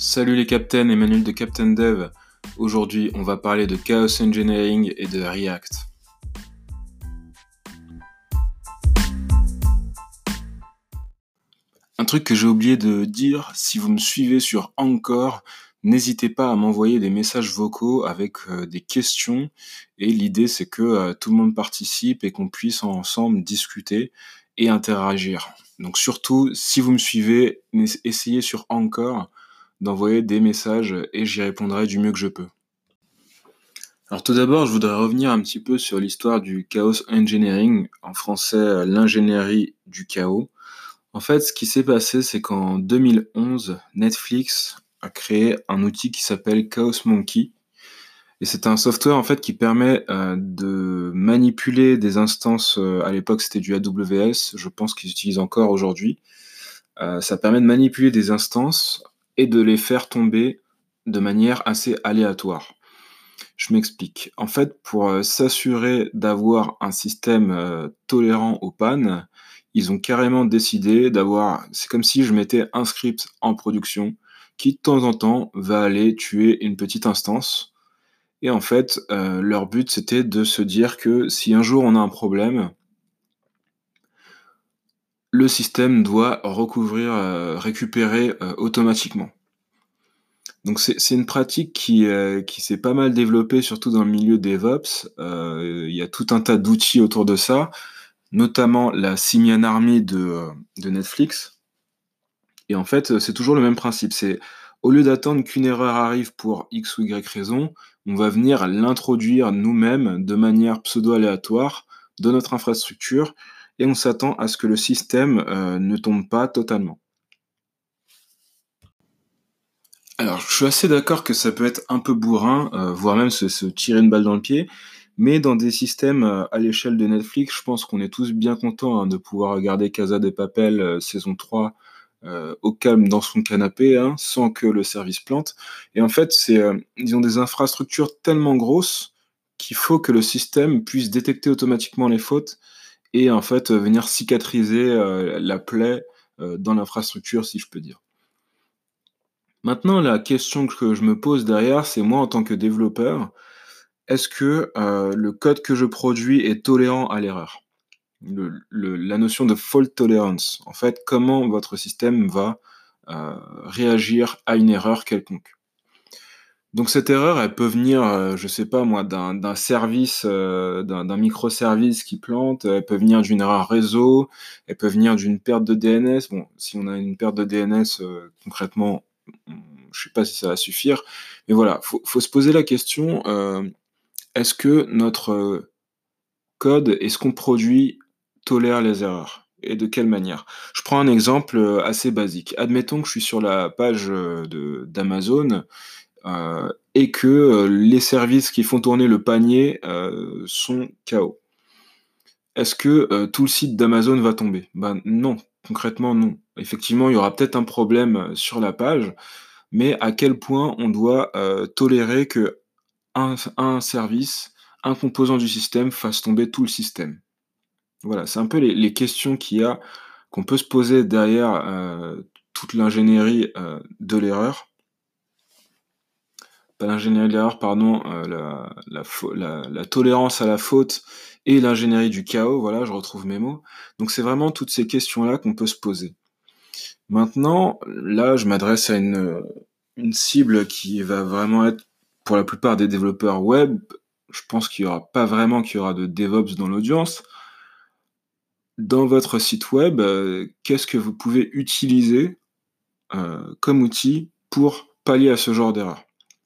Salut les captains, Emmanuel de Captain Dev. Aujourd'hui, on va parler de Chaos Engineering et de React. Un truc que j'ai oublié de dire, si vous me suivez sur Anchor, n'hésitez pas à m'envoyer des messages vocaux avec des questions. Et l'idée, c'est que tout le monde participe et qu'on puisse ensemble discuter et interagir. Donc surtout, si vous me suivez, essayez sur Anchor d'envoyer des messages et j'y répondrai du mieux que je peux. Alors tout d'abord, je voudrais revenir un petit peu sur l'histoire du chaos engineering, en français l'ingénierie du chaos. En fait, ce qui s'est passé, c'est qu'en 2011, Netflix a créé un outil qui s'appelle Chaos Monkey. Et c'est un software en fait qui permet de manipuler des instances. À l'époque, c'était du AWS. Je pense qu'ils utilisent encore aujourd'hui. Ça permet de manipuler des instances et de les faire tomber de manière assez aléatoire. Je m'explique. En fait, pour s'assurer d'avoir un système tolérant aux pannes, ils ont carrément décidé d'avoir. C'est comme si je mettais un script en production qui, de temps en temps, va aller tuer une petite instance. Et en fait, leur but, c'était de se dire que si un jour on a un problème, le système doit récupérer automatiquement. Donc c'est une pratique qui s'est pas mal développée, surtout dans le milieu DevOps. Il y a tout un tas d'outils autour de ça, notamment la Simian Army de Netflix. Et en fait, c'est toujours le même principe. C'est au lieu d'attendre qu'une erreur arrive pour X ou Y raison, on va venir l'introduire nous-mêmes de manière pseudo-aléatoire dans notre infrastructure et on s'attend à ce que le système ne tombe pas totalement. Alors, je suis assez d'accord que ça peut être un peu bourrin, voire même se tirer une balle dans le pied, mais dans des systèmes à l'échelle de Netflix, je pense qu'on est tous bien contents de pouvoir regarder Casa de Papel saison 3 au calme dans son canapé, sans que le service plante. Et en fait, ils ont des infrastructures tellement grosses qu'il faut que le système puisse détecter automatiquement les fautes et en fait venir cicatriser la plaie dans l'infrastructure, si je peux dire. Maintenant, la question que je me pose derrière, c'est moi en tant que développeur, est-ce que le code que je produis est tolérant à l'erreur? La notion de fault tolerance, en fait, comment votre système va réagir à une erreur quelconque. Donc cette erreur, elle peut venir, je sais pas moi, d'un service, d'un microservice qui plante, elle peut venir d'une erreur réseau, elle peut venir d'une perte de DNS. Bon, si on a une perte de DNS, concrètement, je sais pas si ça va suffire. Mais voilà, faut se poser la question, est-ce que notre code et ce qu'on produit tolère les erreurs? Et de quelle manière? Je prends un exemple assez basique. Admettons que je suis sur la page d'Amazon et que les services qui font tourner le panier sont KO. Est-ce que tout le site d'Amazon va tomber? Ben non, concrètement non. Effectivement, il y aura peut-être un problème sur la page, mais à quel point on doit tolérer que un service, un composant du système fasse tomber tout le système? Voilà, c'est un peu les questions qu'on peut se poser derrière toute l'ingénierie de l'erreur. Pas l'ingénierie de l'erreur, pardon, la tolérance à la faute et l'ingénierie du chaos, voilà, je retrouve mes mots. Donc c'est vraiment toutes ces questions-là qu'on peut se poser. Maintenant, là, je m'adresse à une cible qui va vraiment être, pour la plupart des développeurs web, je pense qu'il y aura pas vraiment qu'il y aura de DevOps dans l'audience. Dans votre site web, qu'est-ce que vous pouvez utiliser comme outil pour pallier à ce genre d'erreur?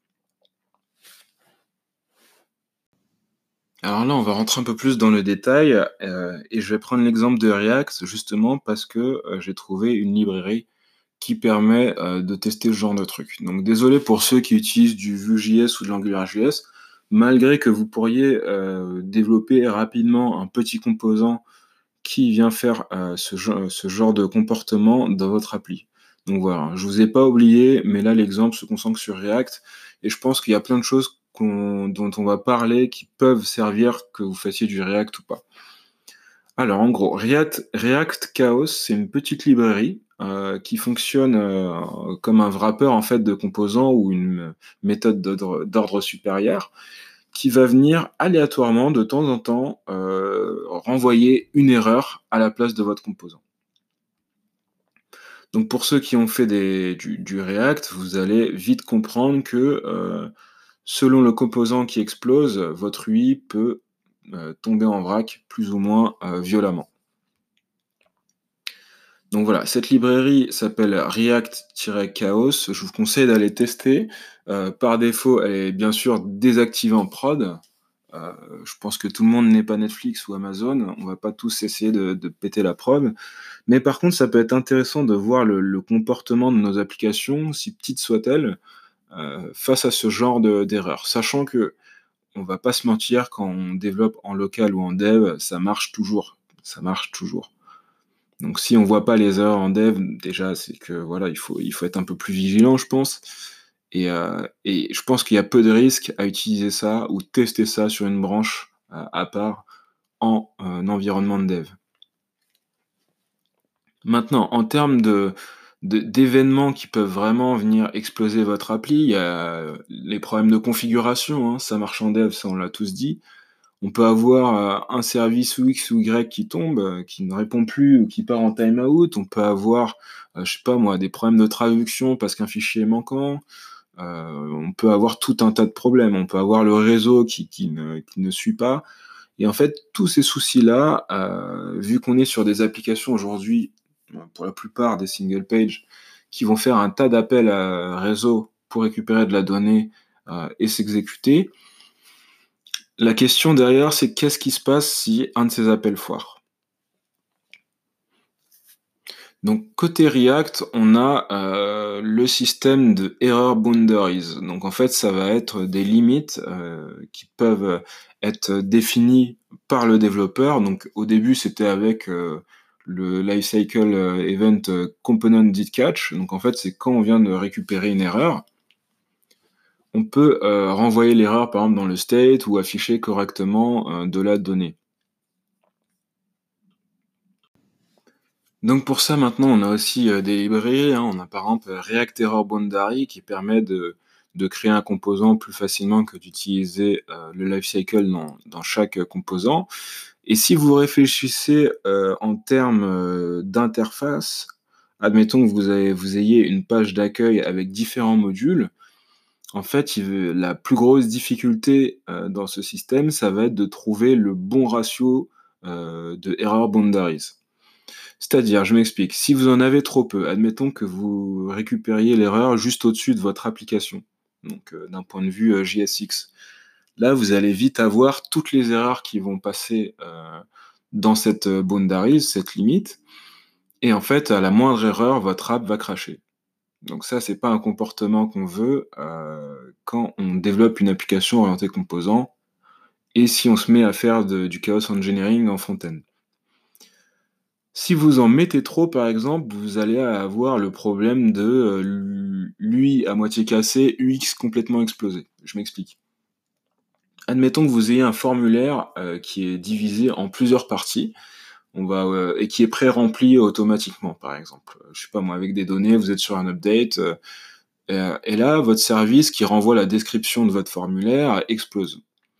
Alors là, on va rentrer un peu plus dans le détail et je vais prendre l'exemple de React justement parce que j'ai trouvé une librairie qui permet de tester ce genre de truc. Donc désolé pour ceux qui utilisent du Vue.js ou de l'AngularJS, malgré que vous pourriez développer rapidement un petit composant qui vient faire ce genre de comportement dans votre appli. Donc voilà, je vous ai pas oublié, mais là l'exemple se concentre sur React et je pense qu'il y a plein de choses dont on va parler qui peuvent servir que vous fassiez du React ou pas. Alors en gros, React Chaos, c'est une petite librairie qui fonctionne, comme un wrapper en fait de composants ou une méthode d'ordre supérieur, qui va venir aléatoirement de temps en temps, renvoyer une erreur à la place de votre composant. Donc pour ceux qui ont fait du React, vous allez vite comprendre que, selon le composant qui explose, votre UI peut, tomber en vrac plus ou moins, violemment. Donc voilà, cette librairie s'appelle React-Chaos. Je vous conseille d'aller tester. Par défaut, elle est bien sûr désactivée en prod. Heu, je pense que tout le monde n'est pas Netflix ou Amazon. On va pas tous essayer de péter la prod. Mais par contre, ça peut être intéressant de voir le comportement de nos applications, si petites soient-elles, face à ce genre d'erreurs. Sachant qu'on va pas se mentir, quand on développe en local ou en dev, ça marche toujours. Ça marche toujours. Donc si on voit pas les erreurs en dev, déjà, c'est que voilà, il faut être un peu plus vigilant, je pense. Et je pense qu'il y a peu de risques à utiliser ça ou tester ça sur une branche, à part en, environnement de dev. Maintenant, en termes d'événements qui peuvent vraiment venir exploser votre appli, il y a les problèmes de configuration, hein, ça marche en dev, ça on l'a tous dit. On peut avoir, un service ou X ou Y qui tombe, qui ne répond plus ou qui part en time-out. On peut avoir, je sais pas moi, des problèmes de traduction parce qu'un fichier est manquant. On peut avoir tout un tas de problèmes. On peut avoir le réseau qui ne suit pas. Et en fait, tous ces soucis-là, vu qu'on est sur des applications aujourd'hui, pour la plupart des single page, qui vont faire un tas d'appels à réseau pour récupérer de la donnée, et s'exécuter, la question derrière, c'est qu'est-ce qui se passe si un de ces appels foire? Donc côté React, on a, le système de error boundaries. Donc en fait, ça va être des limites, qui peuvent être définies par le développeur. Donc au début, c'était avec, le lifecycle, event, component did catch. Donc en fait, c'est quand on vient de récupérer une erreur, on peut, renvoyer l'erreur par exemple dans le state ou afficher correctement, de la donnée. Donc pour ça, maintenant, on a aussi, des librairies, hein. On a par exemple, React Error Boundary qui permet de créer un composant plus facilement que d'utiliser, le lifecycle dans chaque, composant. Et si vous réfléchissez, en termes, d'interface, admettons que vous ayez une page d'accueil avec différents modules. En fait, la plus grosse difficulté, dans ce système, ça va être de trouver le bon ratio, de error boundaries. C'est-à-dire, je m'explique, si vous en avez trop peu, admettons que vous récupériez l'erreur juste au-dessus de votre application, donc d'un point de vue, JSX. Là, vous allez vite avoir toutes les erreurs qui vont passer, dans cette, boundaries, cette limite, et en fait, à la moindre erreur, votre app va crasher. Donc ça, c'est pas un comportement qu'on veut, quand on développe une application orientée composants et si on se met à faire du chaos engineering en front-end. Si vous en mettez trop, par exemple, vous allez avoir le problème de, l'UI à moitié cassé, UX complètement explosé. Je m'explique. Admettons que vous ayez un formulaire, qui est divisé en plusieurs parties, et qui est pré-rempli automatiquement, par exemple. Je sais pas moi, avec des données, vous êtes sur un update, et là, votre service qui renvoie la description de votre formulaire explose.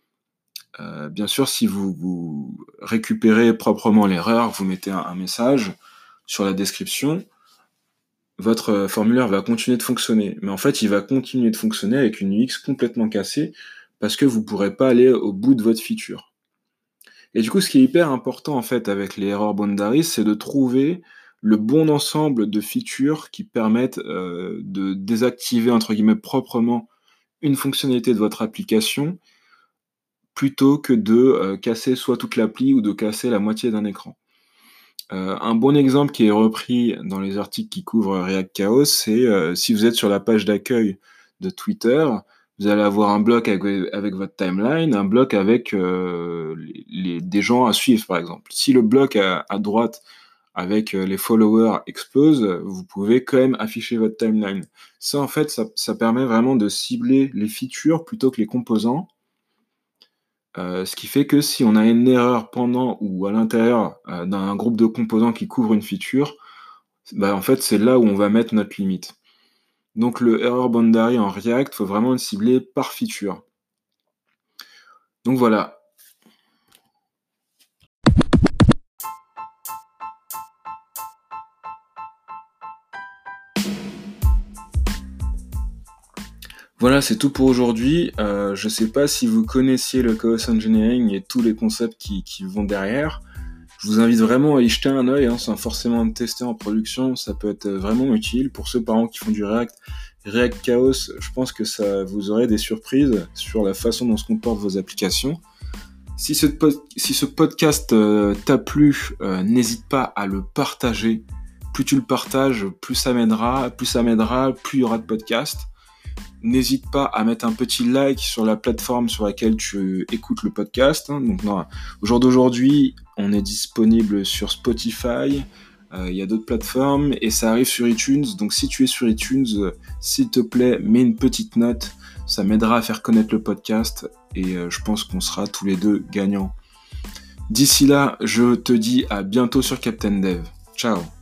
Bien sûr, si vous récupérez proprement l'erreur, vous mettez un message sur la description, votre, formulaire va continuer de fonctionner. Mais en fait, il va continuer de fonctionner avec une UX complètement cassée, parce que vous pourrez pas aller au bout de votre feature. Et du coup, ce qui est hyper important, en fait, avec les error boundaries, c'est de trouver le bon ensemble de features qui permettent, de «désactiver» entre guillemets «proprement» une fonctionnalité de votre application, plutôt que de, casser soit toute l'appli ou de casser la moitié d'un écran. Un bon exemple qui est repris dans les articles qui couvrent React Chaos, c'est, si vous êtes sur la page d'accueil de Twitter, vous allez avoir un bloc avec votre timeline, un bloc avec, des gens à suivre, par exemple. Si le bloc à droite avec, les followers explose, vous pouvez quand même afficher votre timeline. Ça, en fait, ça permet vraiment de cibler les features plutôt que les composants. Ce qui fait que si on a une erreur pendant ou à l'intérieur, d'un groupe de composants qui couvre une feature, En fait, c'est là où on va mettre notre limite. Donc le error boundary en React, faut vraiment le cibler par feature. Donc voilà. Voilà, c'est tout pour aujourd'hui. Je sais pas si vous connaissiez le chaos engineering et tous les concepts qui vont derrière. Je vous invite vraiment à y jeter un œil, sans forcément le tester en production. Ça peut être vraiment utile pour ceux par exemple qui font du React Chaos. Je pense que ça vous aurez des surprises sur la façon dont se comportent vos applications. Si ce podcast t'a plu, n'hésite pas à le partager. Plus tu le partages, plus ça m'aidera, plus il y aura de podcasts. N'hésite pas à mettre un petit like sur la plateforme sur laquelle tu écoutes le podcast. Donc, au jour d'aujourd'hui, on est disponible sur Spotify, il y a d'autres plateformes, et ça arrive sur iTunes. Donc si tu es sur iTunes, s'il te plaît, mets une petite note. Ça m'aidera à faire connaître le podcast, et je pense qu'on sera tous les deux gagnants. D'ici là, je te dis à bientôt sur Captain Dev. Ciao.